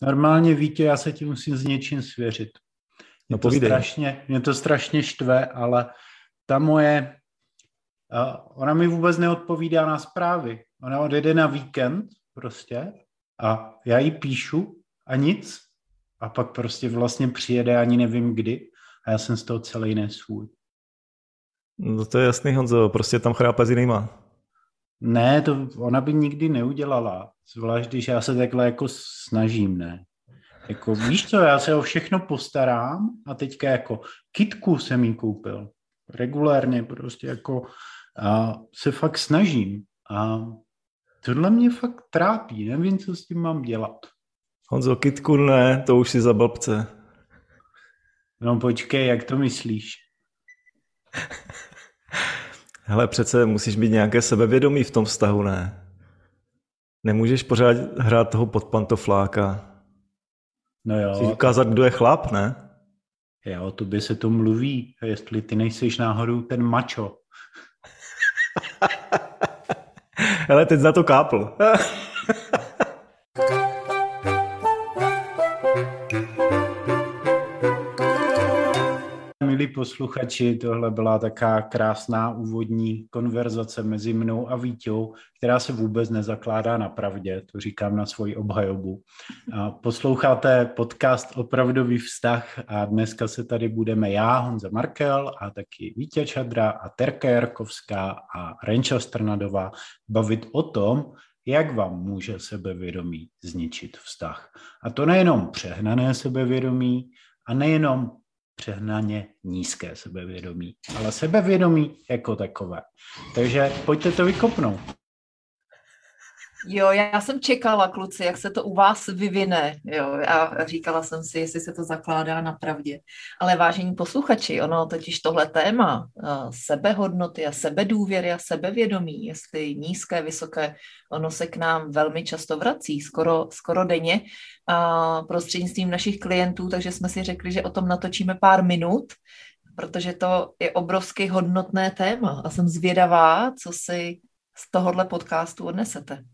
Normálně, Vítě, já se ti musím s něčím svěřit. No povídej. Mě to strašně štve, ale ta moje, ona mi vůbec neodpovídá na zprávy. Ona odjede na víkend prostě a já jí píšu a nic. A pak prostě vlastně přijede, ani nevím kdy. A já jsem z toho celý nesvůj. No to je jasný, Honzo, prostě tam chrápe s jinýma. Ne, to ona by nikdy neudělala. Zvlášť, když já se takhle jako snažím, ne. Jako víš co, já se o všechno postarám a teďka jako kytku jsem jí koupil. Regulérně prostě jako a se fakt snažím. A tohle mě fakt trápí, nevím, co s tím mám dělat. Honzo, kytku ne, to už si za blbce. No počkej, jak to myslíš? Hele, přece musíš mít nějaké sebevědomí v tom vztahu, ne? Nemůžeš pořád hrát toho podpantofláka. No jo. Musíš ukázat, kdo je chlap, ne? Jo, o tobě se to mluví. A jestli ty nejseš náhodou ten mačo. Hele, teď za to kápl. Milí posluchači, tohle byla taká krásná úvodní konverzace mezi mnou a Víťou, která se vůbec nezakládá na pravdě, to říkám na svoji obhajobu. Posloucháte podcast Opravdový vztah a dneska se tady budeme já, Honza Markel, a taky Vítě Čadra a Terka Jarkovská a Renča Strnadová bavit o tom, jak vám může sebevědomí zničit vztah. A to nejenom přehnané sebevědomí a nejenom přehnaně nízké sebevědomí, ale sebevědomí jako takové. Takže pojďte to vykopnout. Jo, já jsem čekala, kluci, jak se to u vás vyvine. Jo, a říkala jsem si, jestli se to zakládá na pravdě. Ale vážení posluchači, ono totiž tohle téma sebehodnoty a sebedůvěry a sebevědomí, jestli nízké, vysoké, ono se k nám velmi často vrací, skoro denně prostřednictvím našich klientů, takže jsme si řekli, že o tom natočíme pár minut, protože to je obrovsky hodnotné téma a jsem zvědavá, co si z tohohle podcastu odnesete.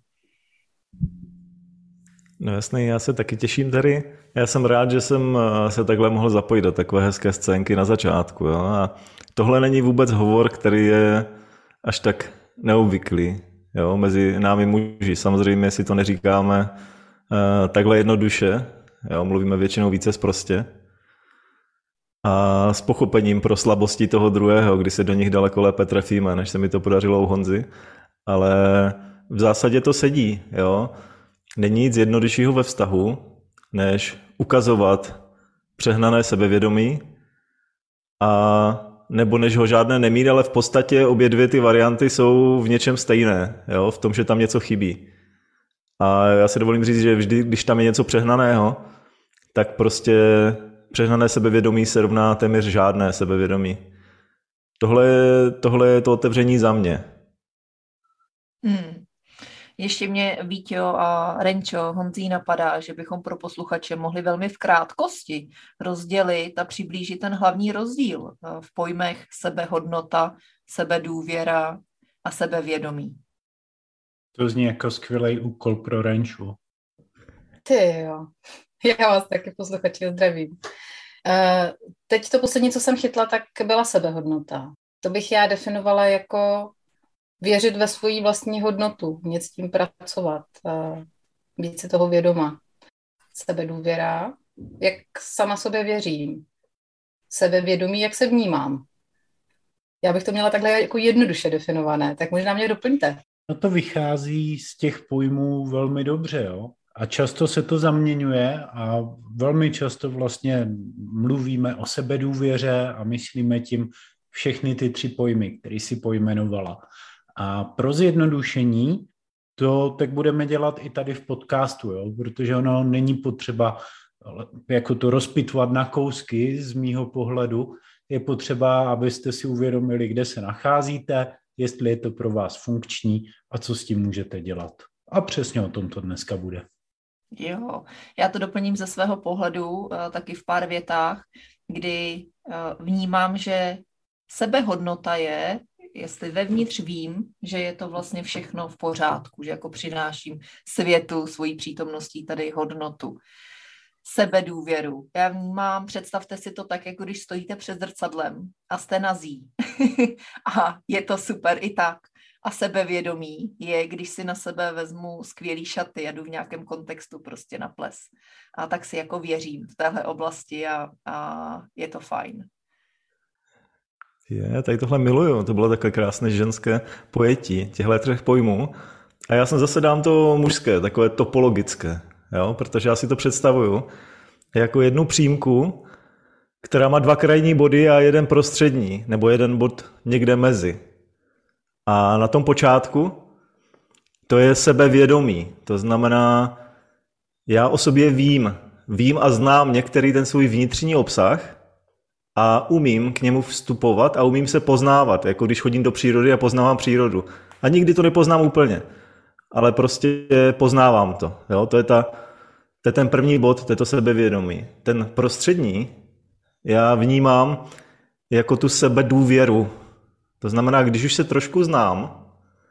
No jasný, já se taky těším tady. Já jsem rád, že jsem se takhle mohl zapojit do takové hezké scénky na začátku. Jo? A tohle není vůbec hovor, který je až tak neobvyklý, jo? Mezi námi muži. Samozřejmě si to neříkáme takhle jednoduše. Jo? Mluvíme většinou více sprostě. A s pochopením pro slabosti toho druhého, kdy se do nich daleko lépe trefíme, než se mi to podařilo u Honzy. Ale v zásadě to sedí, jo. Není nic jednoduššího ve vztahu, než ukazovat přehnané sebevědomí a nebo než ho žádné nemít, ale v podstatě obě dvě ty varianty jsou v něčem stejné, jo, v tom, že tam něco chybí. A já si dovolím říct, že vždy, když tam je něco přehnaného, tak prostě přehnané sebevědomí se rovná téměř žádné sebevědomí. Tohle je to otevření za mě. Ještě mě, Víťo a Renčo, Honzí napadá, že bychom pro posluchače mohli velmi v krátkosti rozdělit a přiblížit ten hlavní rozdíl v pojmech sebehodnota, sebedůvěra a sebevědomí. To zní jako skvělý úkol pro Renču. Ty jo, já vás taky posluchači zdravím. Teď to poslední, co jsem chytla, tak byla sebehodnota. To bych já definovala jako věřit ve svoji vlastní hodnotu, umět s tím pracovat, být si toho vědoma. Sebedůvěra, jak sama sobě věřím. Sebevědomí, jak se vnímám. Já bych to měla takhle jako jednoduše definované, tak možná mě doplňte. No to vychází z těch pojmů velmi dobře, jo. A často se to zaměňuje a velmi často vlastně mluvíme o sebedůvěře a myslíme tím všechny ty 3 pojmy, které si pojmenovala. A pro zjednodušení to tak budeme dělat i tady v podcastu, jo? Protože ono není potřeba jako to rozpitvat na kousky z mýho pohledu. Je potřeba, abyste si uvědomili, kde se nacházíte, jestli je to pro vás funkční a co s tím můžete dělat. A přesně o tom to dneska bude. Jo, já to doplním ze svého pohledu taky v pár větách, kdy vnímám, že sebehodnota je, jestli vevnitř vím, že je to vlastně všechno v pořádku, že jako přináším světu svojí přítomností tady hodnotu. sebedůvěru. Já mám, představte si to tak, jako když stojíte před zrcadlem a jste nazí. A je to super i tak. A sebevědomí je, když si na sebe vezmu skvělý šaty a jdu v nějakém kontextu prostě na ples. A tak si jako věřím v téhle oblasti a je to fajn. Tady tohle miluju, to bylo takové krásné ženské pojetí těchto 3 pojmů. A já jsem zase dám to mužské, takové topologické, jo? Protože já si to představuju jako jednu přímku, která má 2 krajní body a jeden prostřední, nebo jeden bod někde mezi. A na tom počátku to je sebevědomí. To znamená, já o sobě vím a znám některý ten svůj vnitřní obsah a umím k němu vstupovat a umím se poznávat, jako když chodím do přírody a poznávám přírodu. A nikdy to nepoznám úplně, ale prostě poznávám to. Jo? To je ten první bod, to je to sebevědomí. Ten prostřední já vnímám jako tu sebedůvěru. To znamená, když už se trošku znám,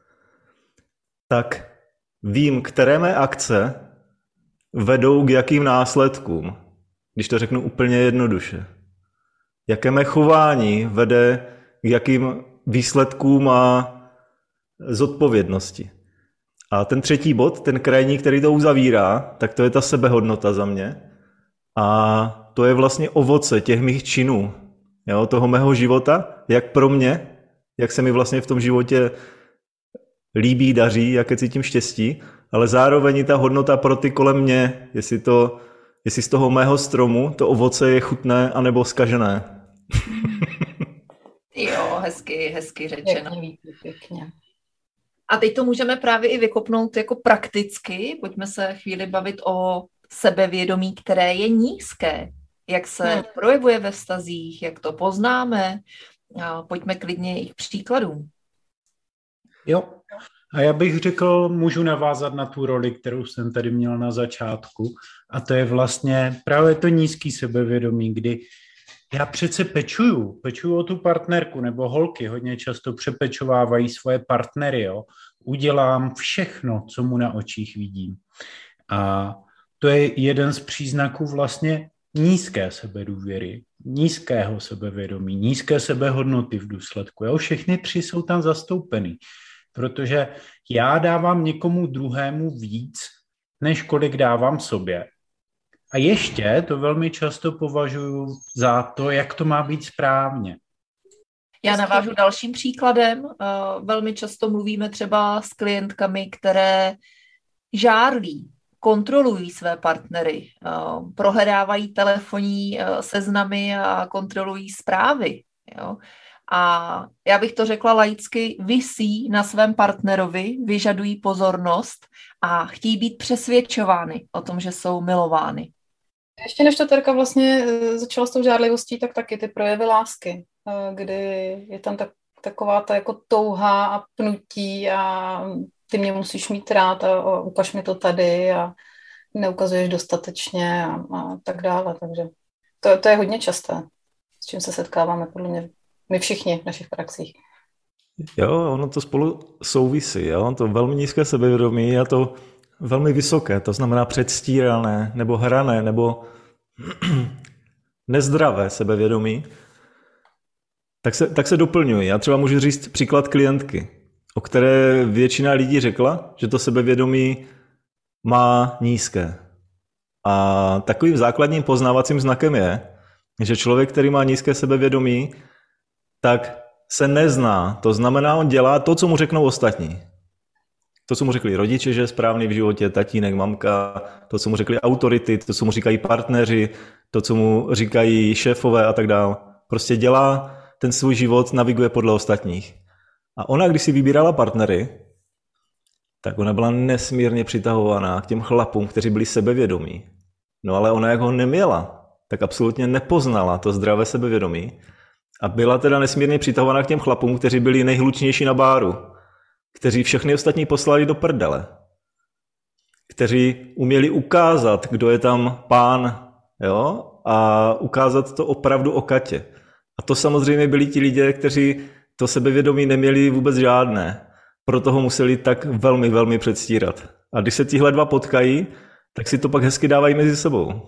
tak vím, které mé akce vedou k jakým následkům, když to řeknu úplně jednoduše. Jaké mé chování vede k jakým výsledkům a zodpovědnosti. A ten třetí bod, ten krajní, který to uzavírá, tak to je ta sebehodnota za mě. A to je vlastně ovoce těch mých činů, jo, toho mého života, jak pro mě, jak se mi vlastně v tom životě líbí, daří, jaké cítím štěstí, ale zároveň i ta hodnota pro ty kolem mě, jestli z toho mého stromu to ovoce je chutné anebo zkažené. Jo, hezky řečeno. Pěkně. A teď to můžeme právě i vykopnout jako prakticky. Pojďme se chvíli bavit o sebevědomí, které je nízké. Jak se projevuje ve vztazích, jak to poznáme. A pojďme klidně i k příkladům. Jo. A já bych řekl, můžu navázat na tu roli, kterou jsem tady měl na začátku. A to je vlastně právě to nízký sebevědomí, kdy já přece pečuju o tu partnerku, nebo holky hodně často přepečovávají svoje partnery, jo. Udělám všechno, co mu na očích vidím. A to je jeden z příznaků vlastně nízké sebedůvěry, nízkého sebevědomí, nízké sebehodnoty v důsledku. Jo. Všechny 3 jsou tam zastoupeny, protože já dávám někomu druhému víc, než kolik dávám sobě. A ještě to velmi často považuji za to, jak to má být správně. Já navážu dalším příkladem. Velmi často mluvíme třeba s klientkami, které žárlí, kontrolují své partnery, prohledávají telefonní seznamy a kontrolují zprávy. Jo? A já bych to řekla laicky, visí na svém partnerovi, vyžadují pozornost a chtějí být přesvědčovány o tom, že jsou milovány. Ještě než to Terka vlastně začala s tou žárlivostí, tak taky ty projevy lásky, kdy je tam taková ta jako touha a pnutí a ty mě musíš mít rád a ukaž mi to tady a neukazuješ dostatečně a tak dále. Takže to je hodně časté, s čím se setkáváme podle mě my všichni v našich praxích. Jo, ono to spolu souvisí, jo? To velmi nízké sebevědomí a to velmi vysoké, to znamená předstírané, nebo hrané, nebo nezdravé sebevědomí, tak se doplňují. Já třeba můžu říct příklad klientky, o které většina lidí řekla, že to sebevědomí má nízké. A takovým základním poznávacím znakem je, že člověk, který má nízké sebevědomí, tak se nezná. To znamená, on dělá to, co mu řeknou ostatní. To, co mu řekli rodiče, že je správný v životě, tatínek, mamka, to, co mu řekli autority, to, co mu říkají partneři, to, co mu říkají šéfové a tak dále. Prostě dělá ten svůj život, naviguje podle ostatních. A ona, když si vybírala partnery, tak ona byla nesmírně přitahovaná k těm chlapům, kteří byli sebevědomí. No ale ona, jak ho neměla, tak absolutně nepoznala to zdravé sebevědomí a byla teda nesmírně přitahovaná k těm chlapům, kteří byli nejhlučnější na báru, kteří všechny ostatní poslali do prdele, kteří uměli ukázat, kdo je tam pán, jo, a ukázat to opravdu okatě. A to samozřejmě byli ti lidé, kteří to sebevědomí neměli vůbec žádné, proto ho museli tak velmi, velmi předstírat. A když se tihle dva potkají, tak si to pak hezky dávají mezi sebou.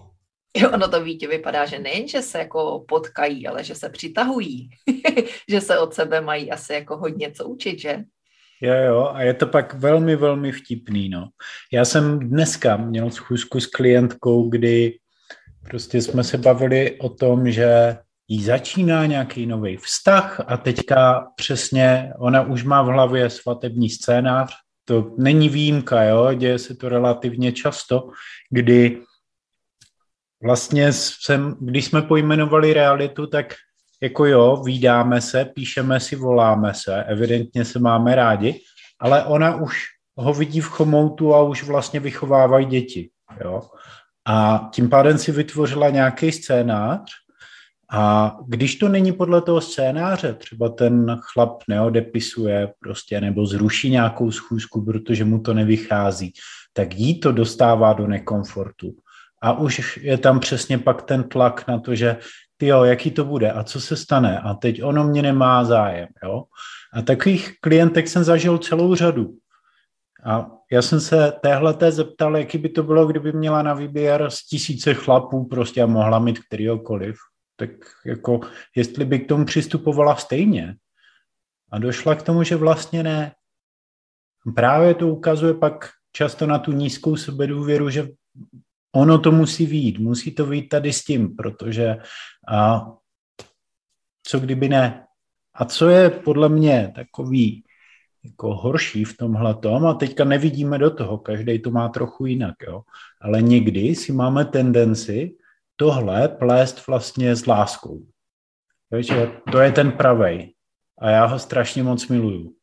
Jo, ono to Vítě vypadá, že nejen, že se jako potkají, ale že se přitahují, že se od sebe mají asi jako hodně co učit, že? Jo, a je to pak velmi, velmi vtipný, no. Já jsem dneska měl schůzku s klientkou, kdy prostě jsme se bavili o tom, že jí začíná nějaký nový vztah a teďka přesně ona už má v hlavě svatební scénář. To není výjimka, jo, děje se to relativně často, kdy vlastně když jsme pojmenovali realitu, tak jako jo, vídáme se, píšeme si, voláme se, evidentně se máme rádi, ale ona už ho vidí v chomoutu a už vlastně vychovávají děti, jo. A tím pádem si vytvořila nějaký scénář a když to není podle toho scénáře, třeba ten chlap neodepisuje prostě nebo zruší nějakou schůzku, protože mu to nevychází, tak jí to dostává do nekomfortu. A už je tam přesně pak ten tlak na to, že tyjo, jaký to bude a co se stane a teď ono mě nemá zájem, jo. A takových klientek jsem zažil celou řadu. A já jsem se téhleté zeptal, jaký by to bylo, kdyby měla na výběr z 1000 chlapů prostě a mohla mít kterýhokoliv. Tak jako, jestli by k tomu přistupovala stejně. A došla k tomu, že vlastně ne. Právě to ukazuje pak často na tu nízkou sebedůvěru, že ono to musí vyjít. Musí to vyjít tady s tím, protože co kdyby ne. A co je podle mě takový jako horší v tomhletom, a teďka nevidíme do toho, každý to má trochu jinak, jo. Ale někdy si máme tendenci tohle plést vlastně s láskou. Takže to je ten pravej. A já ho strašně moc miluju.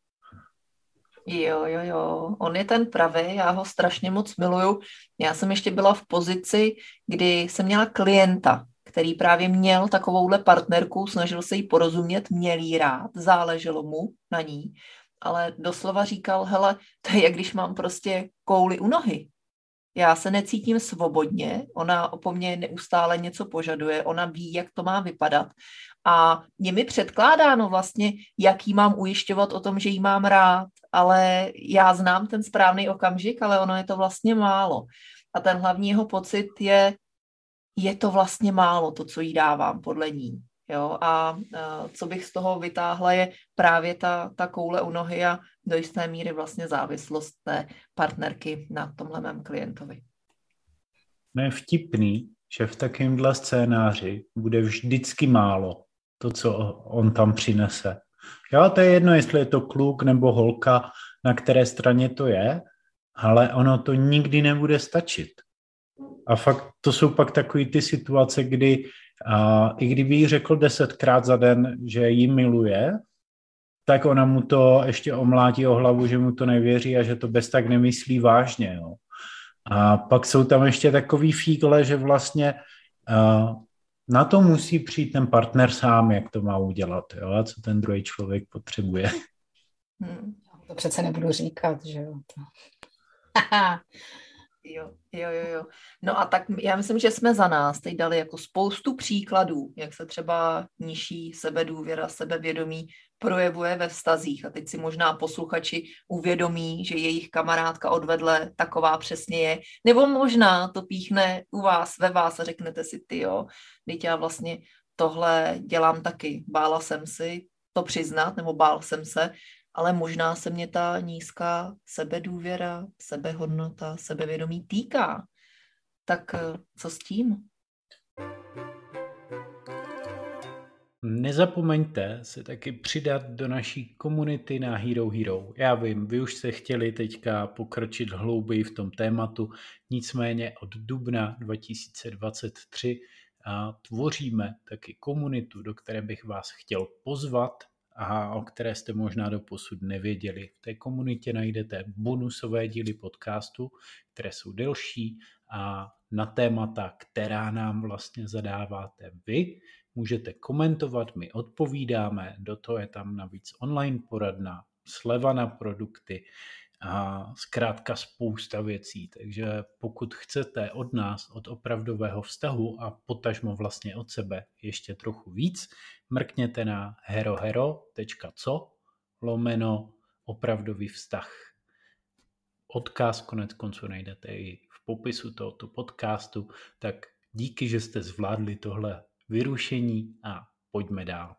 Jo. On je ten pravý, já ho strašně moc miluju. Já jsem ještě byla v pozici, kdy jsem měla klienta, který právě měl takovouhle partnerku, snažil se jí porozumět, měl jí rád, záleželo mu na ní, ale doslova říkal, hele, to je jak když mám prostě kouli u nohy. Já se necítím svobodně, ona po mně neustále něco požaduje, ona ví, jak to má vypadat a je mi předkládáno vlastně, jak jí mám ujišťovat o tom, že jí mám rád, ale já znám ten správný okamžik, ale ono je to vlastně málo. A ten hlavní jeho pocit je to vlastně málo, to, co jí dávám podle ní. Jo? A co bych z toho vytáhla, je právě ta koule u nohy a do jisté míry vlastně závislost té partnerky na tomhle mém klientovi. No je vtipný, že v takovémhle scénáři bude vždycky málo to, co on tam přinese. Jo, to je jedno, jestli je to kluk nebo holka, na které straně to je, ale ono to nikdy nebude stačit. A fakt to jsou pak takové ty situace, kdy i kdyby jí řekl 10krát za den, že ji miluje, tak ona mu to ještě omlátí o hlavu, že mu to nevěří a že to bez tak nemyslí vážně. Jo. A pak jsou tam ještě takový fígle, že vlastně na to musí přijít ten partner sám, jak to má udělat, jo, a co ten druhý člověk potřebuje. To přece nebudu říkat, že jo. Jo. No a tak já myslím, že jsme za nás teď dali jako spoustu příkladů, jak se třeba nižší sebedůvěra, sebevědomí projevuje ve vztazích. A teď si možná posluchači uvědomí, že jejich kamarádka odvedle taková přesně je. Nebo možná to píchne u vás, ve vás a řeknete si, tyjo, teď já vlastně tohle dělám taky. Bála jsem si to přiznat, nebo bál jsem se, ale možná se mě ta nízká sebedůvěra, sebehodnota, sebevědomí týká. Tak co s tím? Nezapomeňte se taky přidat do naší komunity na Hero Hero. Já vím, vy už jste chtěli teďka pokročit hlouběji v tom tématu, nicméně od dubna 2023 tvoříme taky komunitu, do které bych vás chtěl pozvat a o které jste možná doposud nevěděli. V té komunitě najdete bonusové díly podcastu, které jsou delší a na témata, která nám vlastně zadáváte vy. Můžete komentovat, my odpovídáme, do toho je tam navíc online poradna, sleva na produkty a zkrátka spousta věcí. Takže pokud chcete od nás, od opravdového vztahu a potažmo vlastně od sebe ještě trochu víc, mrkněte na herohero.co/opravdový vztah. Odkaz konec konců najdete i v popisu tohoto podcastu, tak Díky, že jste zvládli tohle vyrušení a pojďme dál.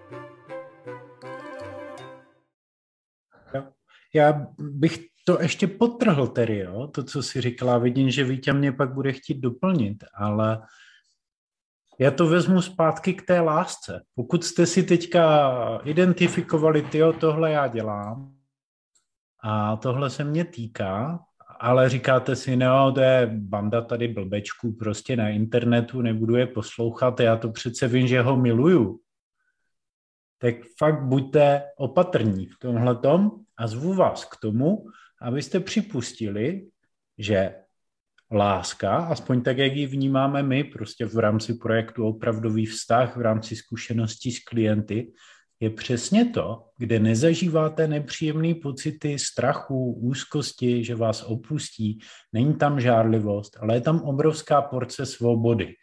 Já bych to ještě podtrhl, Terry, jo? To, co jsi říkala, vidím, že Vítě mě pak bude chtít doplnit, ale já to vezmu zpátky k té lásce. Pokud jste si teďka identifikovali, tyjo, tohle já dělám a tohle se mě týká, ale říkáte si, no, to je banda tady blbečků prostě na internetu, nebudu je poslouchat, já to přece vím, že ho miluju. Tak fakt buďte opatrní v tomhletom a zvu vás k tomu, abyste připustili, že láska, aspoň tak, jak ji vnímáme my, prostě v rámci projektu Opravdový vztah, v rámci zkušeností s klienty, je přesně to, kde nezažíváte nepříjemné pocity strachu, úzkosti, že vás opustí, není tam žárlivost, ale je tam obrovská porce svobody.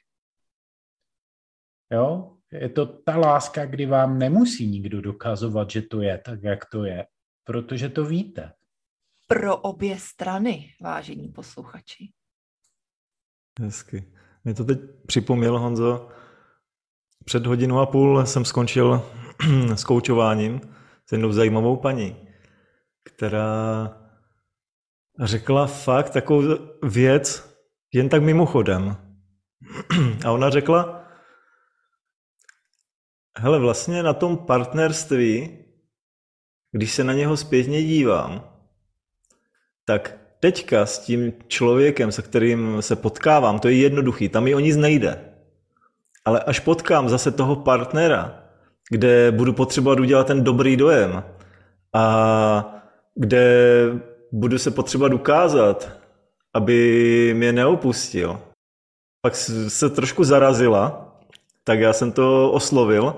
Jo? Je to ta láska, kdy vám nemusí nikdo dokazovat, že to je tak, jak to je, protože to víte. Pro obě strany, vážení posluchači. Hezky. Mě to teď připomněl, Honzo. Před 1,5 hodiny jsem skončil s koučováním s jednou zajímavou paní, která řekla fakt takovou věc jen tak mimochodem. A ona řekla, hele, vlastně na tom partnerství, když se na něho zpětně dívám, tak teďka s tím člověkem, se kterým se potkávám, to je jednoduchý, tam mi o nic nejde. Ale až potkám zase toho partnera, kde budu potřebovat udělat ten dobrý dojem a kde budu se potřebovat ukázat, aby mě neopustil. Pak se trošku zarazila, tak já jsem to oslovil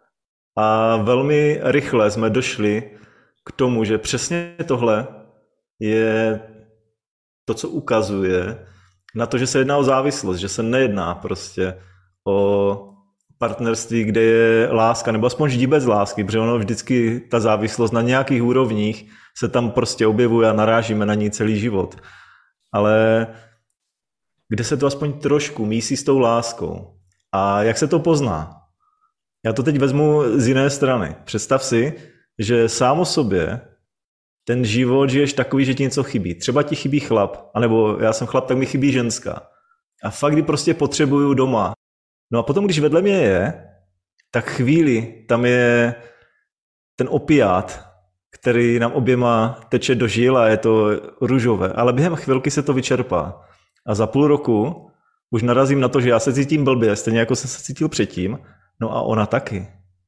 a velmi rychle jsme došli k tomu, že přesně tohle je to, co ukazuje na to, že se jedná o závislost, že se nejedná prostě o partnerství, kde je láska, nebo aspoň vždy bez lásky, protože ono vždycky ta závislost na nějakých úrovních se tam prostě objevuje a narážíme na ní celý život. Ale kde se to aspoň trošku mísí s tou láskou. A jak se to pozná? Já to teď vezmu z jiné strany. Představ si, že sám o sobě ten život žiješ takový, že ti něco chybí. Třeba ti chybí chlap, anebo já jsem chlap, tak mi chybí ženská. A fakt, kdy prostě potřebuju doma. No a potom, když vedle mě je, tak chvíli tam je ten opiát, který nám oběma teče do žil a je to růžové. Ale během chvilky se to vyčerpá. A za 0,5 roku už narazím na to, že já se cítím blbě, stejně jako jsem se cítil předtím, no a ona taky.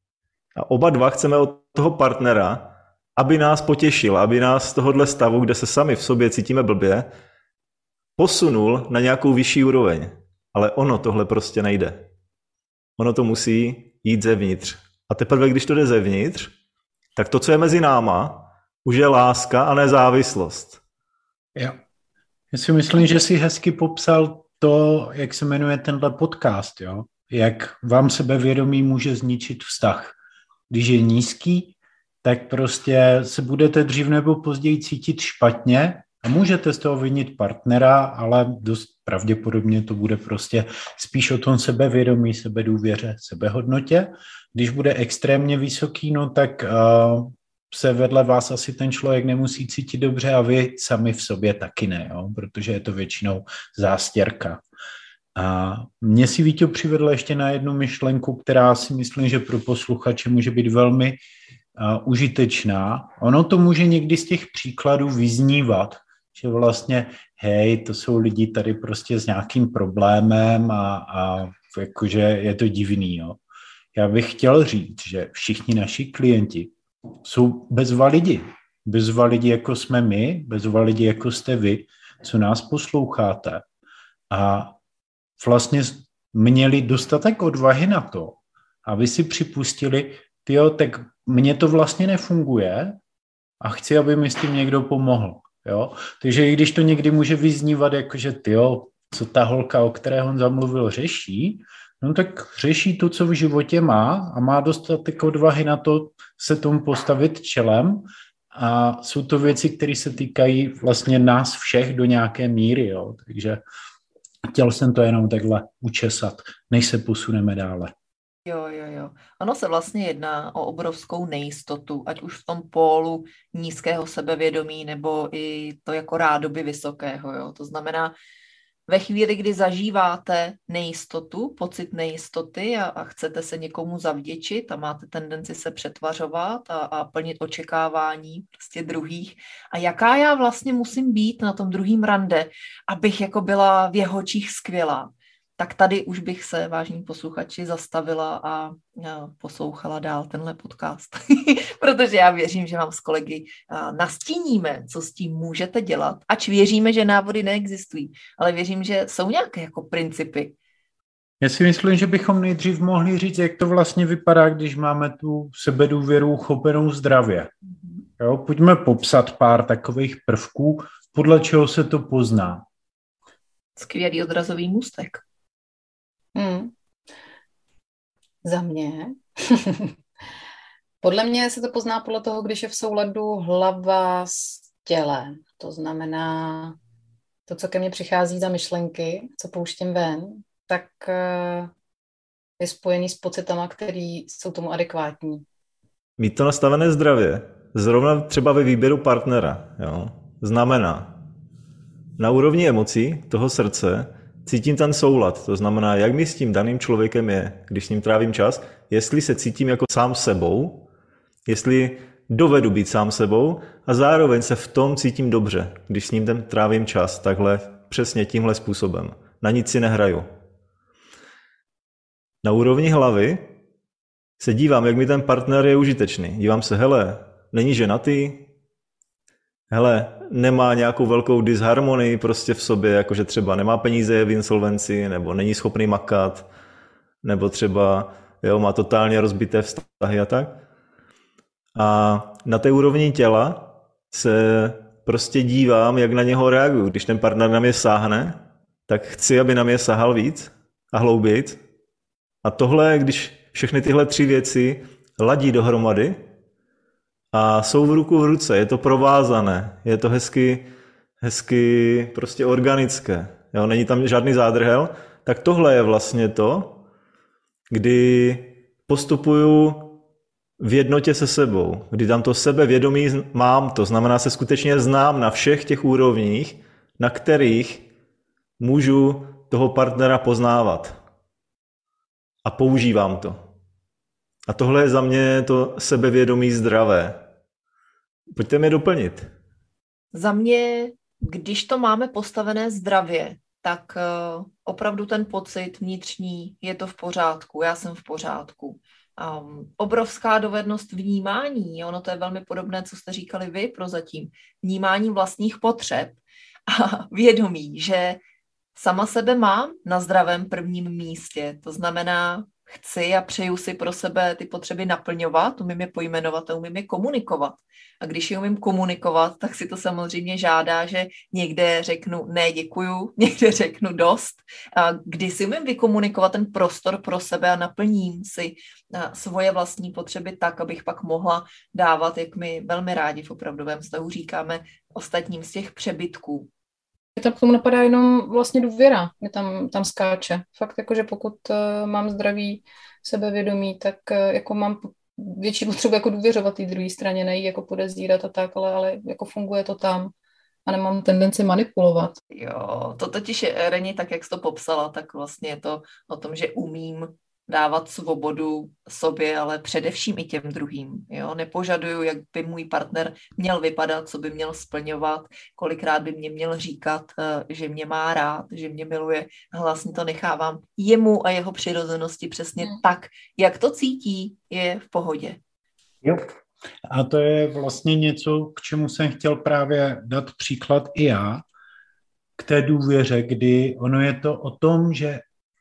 A oba dva chceme od toho partnera, aby nás potěšil, aby nás z tohohle stavu, kde se sami v sobě cítíme blbě, posunul na nějakou vyšší úroveň. Ale ono tohle prostě nejde. Ono to musí jít zevnitř. A teprve, když to jde zevnitř, tak to, co je mezi náma, už je láska a ne závislost. Jo. Já si myslím, že jsi hezky popsal to, jak se jmenuje tenhle podcast, jo? Jak vám sebevědomí může zničit vztah. Když je nízký, tak prostě se budete dřív nebo později cítit špatně a můžete z toho vinit partnera, ale dost pravděpodobně to bude prostě spíš o tom sebevědomí, sebedůvěře, sebehodnotě. Když bude extrémně vysoký, no tak se vedle vás asi ten člověk nemusí cítit dobře a vy sami v sobě taky ne, jo? Protože je to většinou zástěrka. A mě si Víťo přivedl ještě na jednu myšlenku, která si myslím, že pro posluchače může být velmi užitečná. Ono to může někdy z těch příkladů vyznívat, že vlastně, hej, to jsou lidi tady prostě s nějakým problémem a jakože je to divný, jo. Já bych chtěl říct, že všichni naši klienti jsou bezva lidi. Bezva lidi, jako jsme my, bezva lidi, jako jste vy, co nás posloucháte. A vlastně měli dostatek odvahy na to, aby si připustili, tyjo, tak mně to vlastně nefunguje a chci, aby mi s tím někdo pomohl. Jo? Takže i když to někdy může vyznívat, jakože tyjo, co ta holka, o které on zamluvil, řeší, no tak řeší to, co v životě má a má dostatek odvahy na to se tomu postavit čelem a jsou to věci, které se týkají vlastně nás všech do nějaké míry. Jo? Takže Chtěl jsem to jenom takhle učesat, než se posuneme dále. Jo. Ono se vlastně jedná o obrovskou nejistotu, ať už v tom pólu nízkého sebevědomí, nebo i to jako rádoby vysokého. Jo. To znamená, ve chvíli, kdy zažíváte nejistotu, pocit nejistoty a chcete se někomu zavděčit a máte tendenci se přetvařovat a plnit očekávání prostě druhých. A jaká já vlastně musím být na tom druhým rande, abych jako byla v jeho očích skvělá. Tak tady už bych se, vážní posluchači, zastavila a poslouchala dál tenhle podcast. Protože já věřím, že vám s kolegy nastíníme, co s tím můžete dělat. Ač věříme, že návody neexistují, ale věřím, že jsou nějaké jako principy. Já si myslím, že bychom nejdřív mohli říct, jak to vlastně vypadá, když máme tu sebedůvěru uchopenou zdravě. Jo, pojďme popsat pár takových prvků, podle čeho se to pozná. Skvělý odrazový můstek. Za mě? Podle mě se to pozná podle toho, když je v souladu hlava s tělem. To znamená, to, co ke mně přichází za myšlenky, co pouštím ven, tak je spojený s pocitama, které jsou tomu adekvátní. Mít to nastavené zdravě, zrovna třeba ve výběru partnera, jo, znamená na úrovni emocí toho srdce cítím ten soulad, to znamená, jak mi s tím daným člověkem je, když s ním trávím čas, jestli se cítím jako sám sebou, jestli dovedu být sám sebou a zároveň se v tom cítím dobře, když s ním trávím čas, takhle přesně tímhle způsobem. Na nic si nehraju. Na úrovni hlavy se dívám, jak mi ten partner je užitečný. Dívám se, hele, není ženatý, hele, nemá nějakou velkou disharmonii prostě v sobě, jakože třeba nemá peníze, je v insolvenci, nebo není schopný makat, nebo třeba má totálně rozbité vztahy a tak. A na té úrovni těla se prostě dívám, jak na něho reaguju. Když ten partner na mě sáhne, tak chci, aby na mě sahal víc a hloubějc. A tohle, když všechny tyhle 3 věci ladí dohromady a jsou v ruku v ruce, je to provázané, je to hezky prostě organické, jo, není tam žádný zádrhel, tak tohle je vlastně to, kdy postupuju v jednotě se sebou, kdy tam to sebevědomí mám, to znamená se skutečně znám na všech těch úrovních, na kterých můžu toho partnera poznávat. A používám to. A tohle je za mě to sebevědomí zdravé. Pojďte mě doplnit. Za mě, když to máme postavené zdravě, tak opravdu ten pocit vnitřní, je to v pořádku, já jsem v pořádku. Obrovská dovednost vnímání, ono to je velmi podobné, co jste říkali vy prozatím, vnímání vlastních potřeb a vědomí, že sama sebe mám na zdravém prvním místě, to znamená, chci a přeju si pro sebe ty potřeby naplňovat, umím je pojmenovat a umím je komunikovat. A když je umím komunikovat, tak si to samozřejmě žádá, že někde řeknu ne, děkuju, někde řeknu dost. A když si umím vykomunikovat ten prostor pro sebe a naplním si svoje vlastní potřeby tak, abych pak mohla dávat, jak my velmi rádi v opravdovém vztahu říkáme, ostatním z těch přebytků. Tam k tomu napadá jenom vlastně důvěra, mě tam skáče. Fakt jako, že pokud mám zdravý sebevědomí, tak jako mám větší potřebu jako důvěřovat té druhé straně, ne jako podezírat a tak, ale jako funguje to tam a nemám tendenci manipulovat. Jo, to totiž je, Reni, tak jak jsi to popsala, tak vlastně je to o tom, že umím dávat svobodu sobě, ale především i těm druhým. Jo? Nepožaduju, jak by můj partner měl vypadat, co by měl splňovat, kolikrát by mě měl říkat, že mě má rád, že mě miluje. Vlastně to nechávám jemu a jeho přirozenosti přesně tak, jak to cítí, je v pohodě. Jo. A to je vlastně něco, k čemu jsem chtěl právě dát příklad i já, k té důvěře, kdy ono je to o tom, že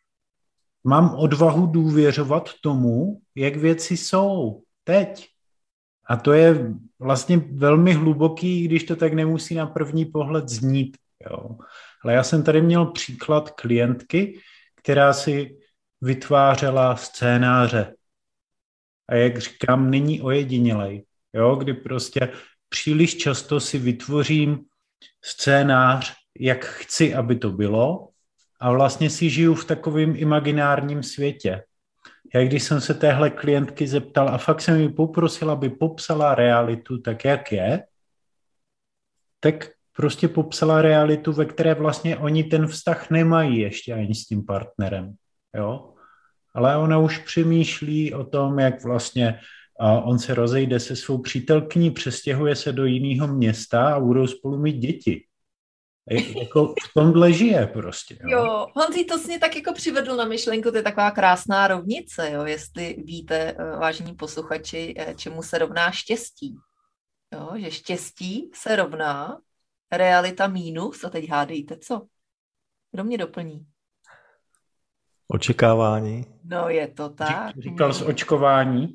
mám odvahu důvěřovat tomu, jak věci jsou teď. A to je vlastně velmi hluboký, když to tak nemusí na první pohled znít. Jo. Ale já jsem tady měl příklad klientky, která si vytvářela scénáře. A jak říkám, není ojedinělej. Jo, kdy prostě příliš často si vytvořím scénář, jak chci, aby to bylo, a vlastně si žiju v takovém imaginárním světě. Já když jsem se téhle klientky zeptal a fakt jsem ji poprosil, aby popsala realitu tak, jak je, tak prostě popsala realitu, ve které vlastně oni ten vztah nemají ještě ani s tím partnerem. Jo? Ale ona už přemýšlí o tom, jak vlastně on se rozejde se svou přítelkyní, přestěhuje se do jiného města a budou spolu mít děti. Jako v tomhle žije prostě. Jo, Honzi, to jsi mě tak jako přivedl na myšlenku, to je taková krásná rovnice, jo, jestli víte, vážení posluchači, čemu se rovná štěstí. Jo, že štěstí se rovná realita mínus, a teď hádejte co? Kdo mě doplní? Očekávání. No je to tak. Říkal z očkování.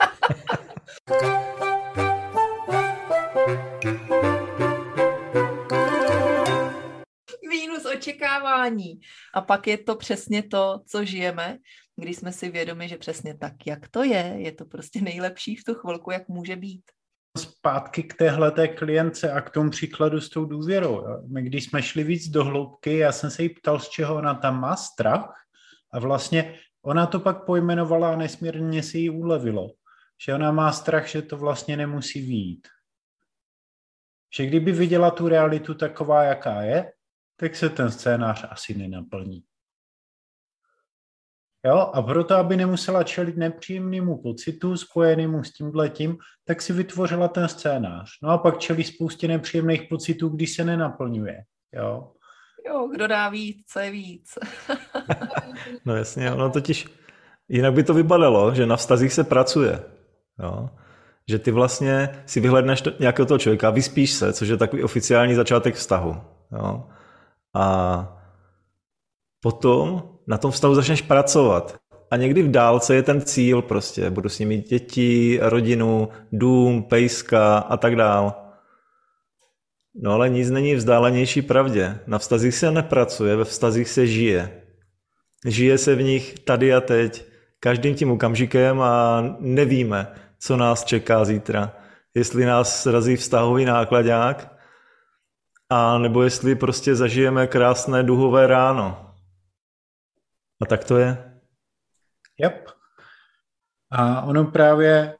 Mínus očekávání. A pak je to přesně to, co žijeme, když jsme si vědomi, že přesně tak, jak to je to prostě nejlepší v tu chvilku, jak může být. Zpátky k téhleté klientce a k tomu příkladu s tou důvěrou. My když jsme šli víc do hloubky, já jsem se jí ptal, z čeho ona tam má strach a vlastně ona to pak pojmenovala a nesmírně si jí ulevilo. Že ona má strach, že to vlastně nemusí vyjít. Že kdyby viděla tu realitu taková, jaká je, tak se ten scénář asi nenaplní. Jo? A proto, aby nemusela čelit nepříjemnému pocitu spojenému s tímhletím, tak si vytvořila ten scénář. No a pak čelí spoustě nepříjemných pocitů, když se nenaplňuje. Jo, kdo dá víc, co je víc. No jasně, ono totiž jinak by to vypadalo, že na vztazích se pracuje. Jo? Že ty vlastně si vyhledneš nějakého toho člověka, vyspíš se, což je takový oficiální začátek vztahu. Jo? A potom na tom vztahu začneš pracovat. A někdy v dálce je ten cíl prostě. Budu s nimi mít děti, rodinu, dům, pejska a tak dál. No ale nic není vzdálenější pravdě. Na vztazích se nepracuje, ve vztazích se žije. Žije se v nich tady a teď, každým tím okamžikem a nevíme, co nás čeká zítra. Jestli nás srazí vztahový nákladák, a nebo jestli prostě zažijeme krásné duhové ráno. A tak to je. Yep. A ono právě,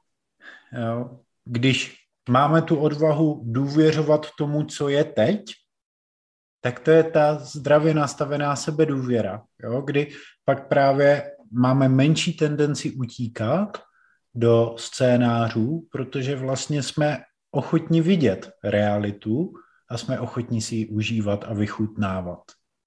když máme tu odvahu důvěřovat tomu, co je teď, tak to je ta zdravě nastavená sebedůvěra, jo? Kdy pak právě máme menší tendenci utíkat do scénářů, protože vlastně jsme ochotni vidět realitu a jsme ochotni si ji užívat a vychutnávat.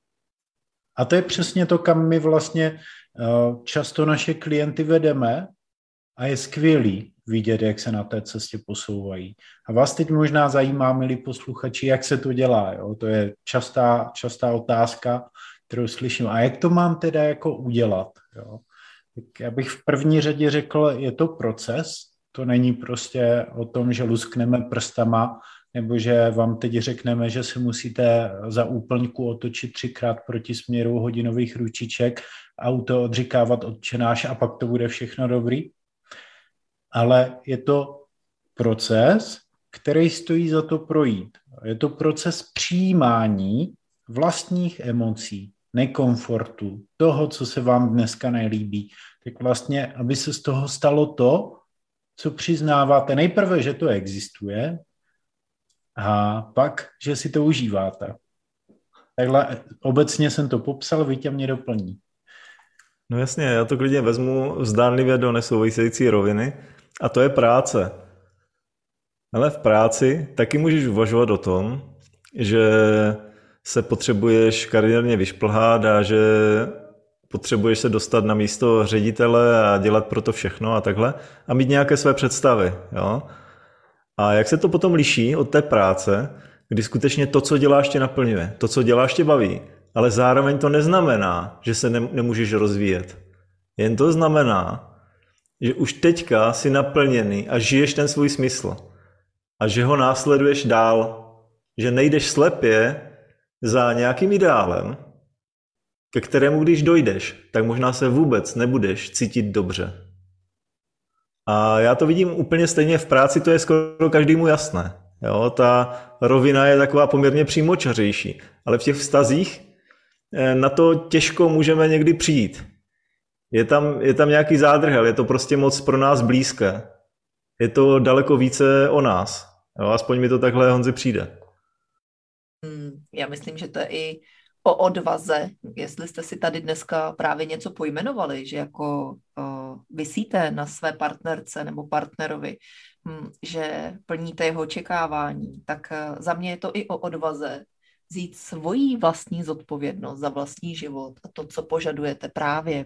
A to je přesně to, kam my vlastně často naše klienty vedeme a je skvělý vidět, jak se na té cestě posouvají. A vás teď možná zajímá, milí posluchači, jak se to dělá. Jo? To je častá otázka, kterou slyším. A jak to mám teda jako udělat? Jo? Tak já bych v první řadě řekl, je to proces. To není prostě o tom, že luskneme prstama, nebo že vám teď řekneme, že se musíte za úplňku otočit 3krát proti směru hodinových ručiček, auto odříkávat Otčenáš a pak to bude všechno dobrý. Ale je to proces, který stojí za to projít. Je to proces přijímání vlastních emocí, nekomfortu, toho, co se vám dneska nelíbí. Tak vlastně, aby se z toho stalo to, co přiznáváte nejprve, že to existuje, a pak, že si to užíváte. Takhle obecně jsem to popsal, Vítě mě doplní. No jasně, já to klidně vezmu zdánlivě do nesouvisející roviny a to je práce. Ale v práci taky můžeš uvažovat o tom, že se potřebuješ kariérně vyšplhat a že potřebuješ se dostat na místo ředitele a dělat pro to všechno a takhle a mít nějaké své představy, jo? A jak se to potom liší od té práce, kdy skutečně to, co děláš, tě naplňuje, to, co děláš, tě baví, ale zároveň to neznamená, že se nemůžeš rozvíjet. Jen to znamená, že už teďka jsi naplněný a žiješ ten svůj smysl a že ho následuješ dál, že nejdeš slepě za nějakým ideálem, ke kterému když dojdeš, tak možná se vůbec nebudeš cítit dobře. A já to vidím úplně stejně v práci, to je skoro každému jasné. Jo, ta rovina je taková poměrně přímočařejší, ale v těch vztazích na to těžko můžeme někdy přijít. Je tam nějaký zádrhel, je to prostě moc pro nás blízké. Je to daleko více o nás. Jo, aspoň mi to takhle, Honzi, přijde. Já myslím, že to je i o odvaze, jestli jste si tady dneska právě něco pojmenovali, že jako visíte na své partnerce nebo partnerovi, že plníte jeho očekávání, tak za mě je to i o odvaze vzít svoji vlastní zodpovědnost za vlastní život a to, co požadujete právě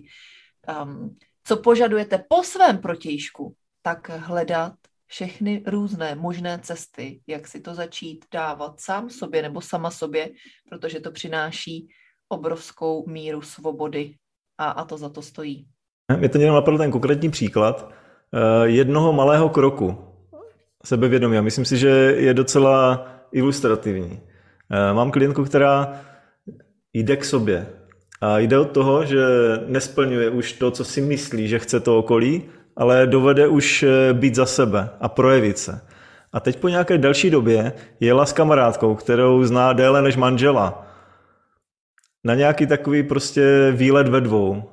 co požadujete po svém protějšku, tak hledat všechny různé možné cesty, jak si to začít dávat sám sobě nebo sama sobě, protože to přináší obrovskou míru svobody a to za to stojí. Mě to někdo napadl ten konkrétní příklad jednoho malého kroku sebevědomí. A myslím si, že je docela ilustrativní. Mám klientku, která jde k sobě a jde od toho, že nesplňuje už to, co si myslí, že chce to okolí, ale dovede už být za sebe a projevit se. A teď po nějaké delší době jela s kamarádkou, kterou zná déle než manžela, na nějaký takový prostě výlet ve dvou.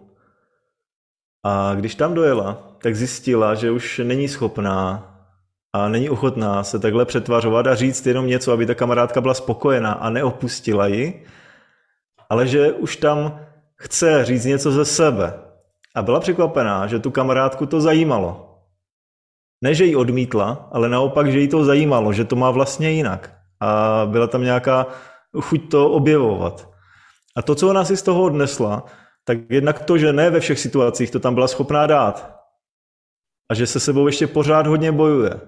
A když tam dojela, tak zjistila, že už není schopná a není ochotná se takhle přetvařovat a říct jenom něco, aby ta kamarádka byla spokojená a neopustila ji, ale že už tam chce říct něco ze sebe. A byla překvapená, že tu kamarádku to zajímalo. Ne, že ji odmítla, ale naopak, že jí to zajímalo, že to má vlastně jinak. A byla tam nějaká chuť to objevovat. A to, co ona si z toho odnesla, tak jednak to, že ne ve všech situacích to tam byla schopná dát. A že se sebou ještě pořád hodně bojuje.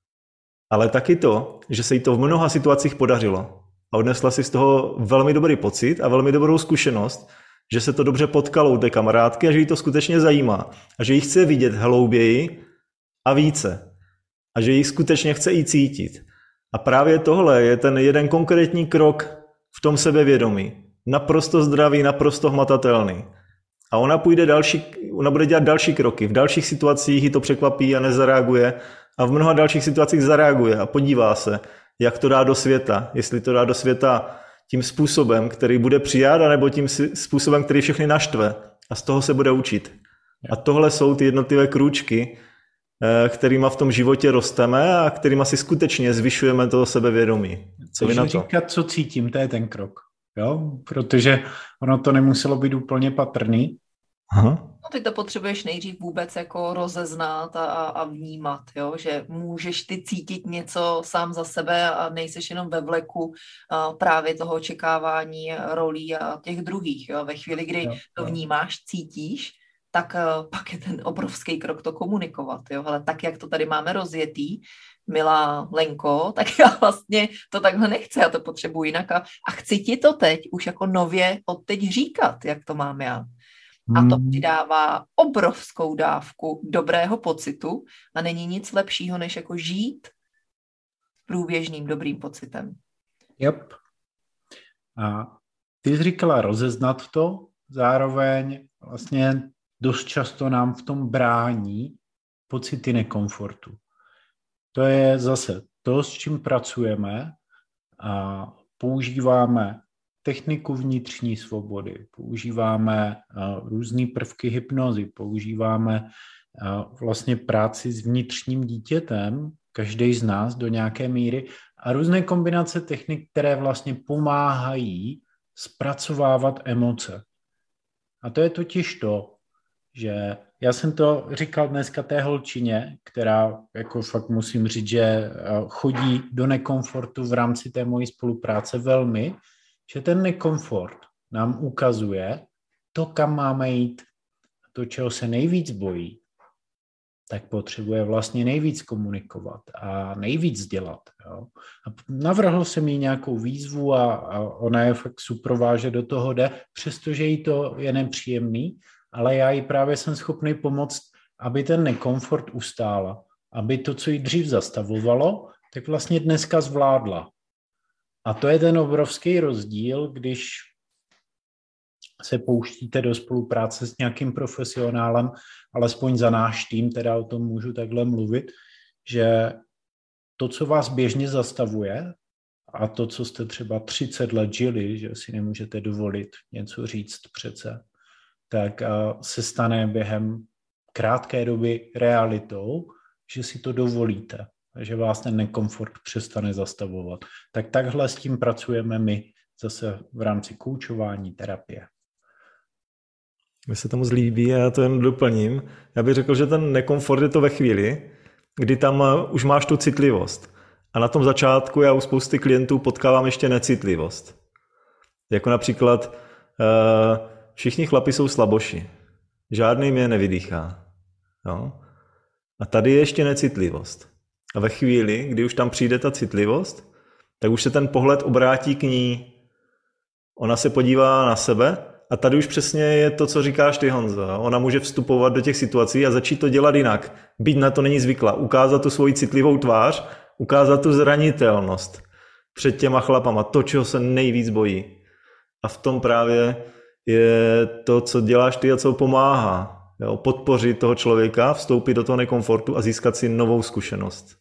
Ale taky to, že se jí to v mnoha situacích podařilo. A odnesla si z toho velmi dobrý pocit a velmi dobrou zkušenost, že se to dobře potkalo u té kamarádky a že jí to skutečně zajímá. A že jí chce vidět hlouběji a více. A že jí skutečně chce i cítit. A právě tohle je ten jeden konkrétní krok v tom sebevědomí. Naprosto zdravý, naprosto hmatatelný. A ona bude dělat další kroky. V dalších situacích ji to překvapí a nezareaguje. A v mnoha dalších situacích zareaguje a podívá se, jak to dá do světa. Jestli to dá do světa tím způsobem, který bude přijat, anebo tím způsobem, který všechny naštve. A z toho se bude učit. A tohle jsou ty jednotlivé krůčky, kterýma v tom životě rosteme a kterýma si skutečně zvyšujeme toho sebevědomí. Co vy na to? Říkat, co cítím, to je ten krok. Jo? Protože ono to nemuselo být úplně patrný. Aha. No, ty to potřebuješ nejdřív vůbec jako rozeznat a vnímat, jo? Že můžeš ty cítit něco sám za sebe a nejseš jenom ve vleku právě toho očekávání rolí a těch druhých. Jo? Ve chvíli, kdy to vnímáš, cítíš, tak pak je ten obrovský krok to komunikovat. Jo? Ale tak, jak to tady máme rozjetý, milá Lenko, tak já vlastně to takhle nechci, já to potřebuji jinak a chci ti to teď už jako nově od teď říkat, jak to mám já. A to přidává obrovskou dávku dobrého pocitu a není nic lepšího, než jako žít průběžným dobrým pocitem. Yep. A ty jsi říkala rozeznat to, zároveň vlastně dost často nám v tom brání pocity nekomfortu. To je zase to, s čím pracujeme a používáme techniku vnitřní svobody, používáme různé prvky hypnozy, používáme vlastně práci s vnitřním dítětem, každý z nás do nějaké míry a různé kombinace technik, které vlastně pomáhají zpracovávat emoce. A to je totiž to, že já jsem to říkal dneska té holčině, která jako fakt musím říct, že chodí do nekomfortu v rámci té mojí spolupráce velmi, že ten nekomfort nám ukazuje to, kam máme jít. To, čeho se nejvíc bojí, tak potřebuje vlastně nejvíc komunikovat a nejvíc dělat. Jo. A navrhl jsem jí nějakou výzvu a ona je fakt super, že do toho jde, přestože jí to je nepříjemný, ale já jí právě jsem schopný pomoct, aby ten nekomfort ustála, aby to, co jí dřív zastavovalo, tak vlastně dneska zvládla. A to je ten obrovský rozdíl, když se pouštíte do spolupráce s nějakým profesionálem, alespoň za náš tým, teda o tom můžu takhle mluvit, že to, co vás běžně zastavuje, a to, co jste třeba 30 let žili, že si nemůžete dovolit něco říct přece, tak se stane během krátké doby realitou, že si to dovolíte, že vás ten nekomfort přestane zastavovat. Tak takhle s tím pracujeme my zase v rámci koučování, terapie. Mně se to moc líbí a já to jen doplním. Já bych řekl, že ten nekomfort je to ve chvíli, kdy tam už máš tu citlivost. A na tom začátku já u spousty klientů potkávám ještě necitlivost. Jako například všichni chlapi jsou slaboši. Žádný mě nevydýchá. Jo? A tady je ještě necitlivost. A ve chvíli, kdy už tam přijde ta citlivost, tak už se ten pohled obrátí k ní. Ona se podívá na sebe a tady už přesně je to, co říkáš ty, Honzo. Ona může vstupovat do těch situací a začít to dělat jinak. Být na to není zvyklá. Ukázat tu svoji citlivou tvář, ukázat tu zranitelnost před těma chlapama. To, čeho se nejvíc bojí. A v tom právě je to, co děláš ty a co pomáhá. Jo? Podpořit toho člověka, vstoupit do toho nekomfortu a získat si novou zkušenost.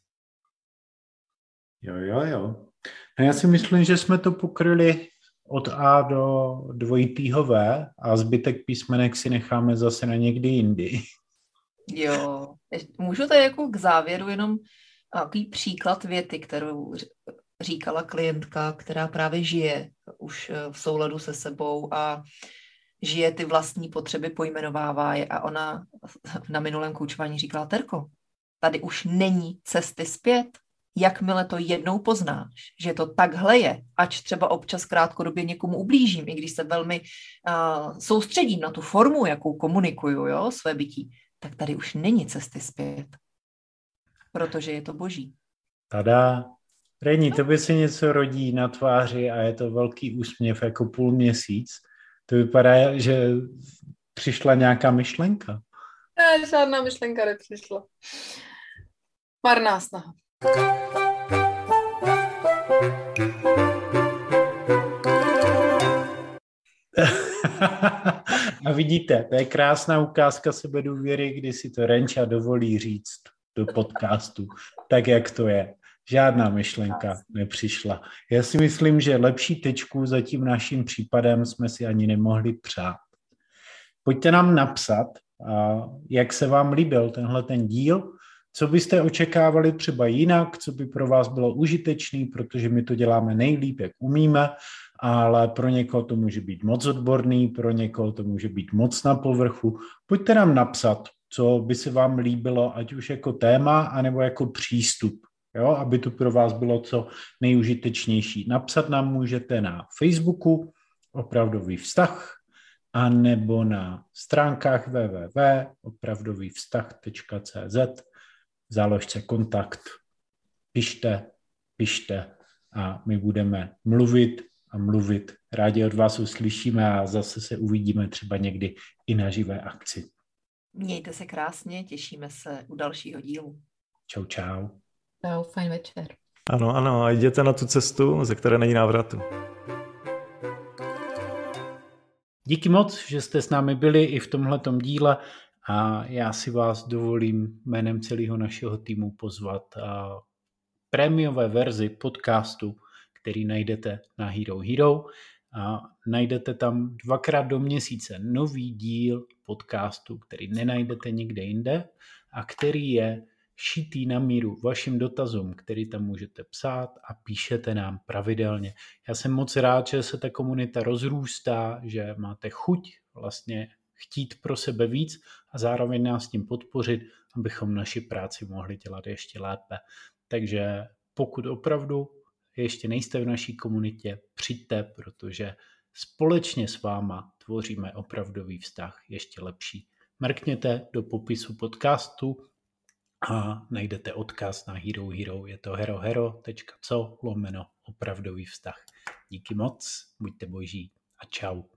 Jo. A já si myslím, že jsme to pokryli od A do dvojitýho V a zbytek písmenek si necháme zase na někdy jindy. Jo, můžu tady jako k závěru jenom takový příklad věty, kterou říkala klientka, která právě žije už v souladu se sebou a žije ty vlastní potřeby, pojmenovává je a ona na minulém koučování říkala: Terko, tady už není cesty zpět. Jakmile to jednou poznáš, že to takhle je, ač třeba občas krátkodobě někomu ublížím, i když se velmi soustředím na tu formu, jakou komunikuju, jo, své bytí, tak tady už není cesty zpět, protože je to boží. Tada. Reni, tobě se něco rodí na tváři a je to velký úsměv jako půlměsíc. To vypadá, že přišla nějaká myšlenka. Ne, žádná myšlenka nepřišla. Marná snaha. A vidíte, to je krásná ukázka sebedůvěry, kdy si to Renča dovolí říct do podcastu, tak jak to je. Žádná myšlenka nepřišla. Já si myslím, že lepší tečku za tím naším případem jsme si ani nemohli přát. Pojďte nám napsat, jak se vám líbil tenhle ten díl, co byste očekávali třeba jinak, co by pro vás bylo užitečný, protože my to děláme nejlíp, jak umíme, ale pro někoho to může být moc odborný, pro někoho to může být moc na povrchu. Pojďte nám napsat, co by se vám líbilo, ať už jako téma, anebo jako přístup, jo, aby to pro vás bylo co nejužitečnější. Napsat nám můžete na Facebooku Opravdový vztah, a nebo na stránkách www.opravdovývztah.cz v záložce kontakt. Pište a my budeme mluvit. Rádi od vás uslyšíme a zase se uvidíme třeba někdy i na živé akci. Mějte se krásně, těšíme se u dalšího dílu. Čau. Čau, fajn večer. Ano, a jděte na tu cestu, ze které není návratu. Díky moc, že jste s námi byli i v tomhletom díle a já si vás dovolím jménem celého našeho týmu pozvat prémiové verzi podcastu, který najdete na Hero Hero. A najdete tam 2x do měsíce nový díl podcastu, který nenajdete nikde jinde a který je šitý na míru vašim dotazům, který tam můžete psát a píšete nám pravidelně. Já jsem moc rád, že se ta komunita rozrůstá, že máte chuť vlastně chtít pro sebe víc a zároveň nás tím podpořit, abychom naši práci mohli dělat ještě lépe. Takže pokud opravdu ještě nejste v naší komunitě, přijďte, protože společně s váma tvoříme opravdový vztah ještě lepší. Mrkněte do popisu podcastu a najdete odkaz na Hero Hero. Je to herohero.co/opravdový vztah. Díky moc, buďte boží a čau.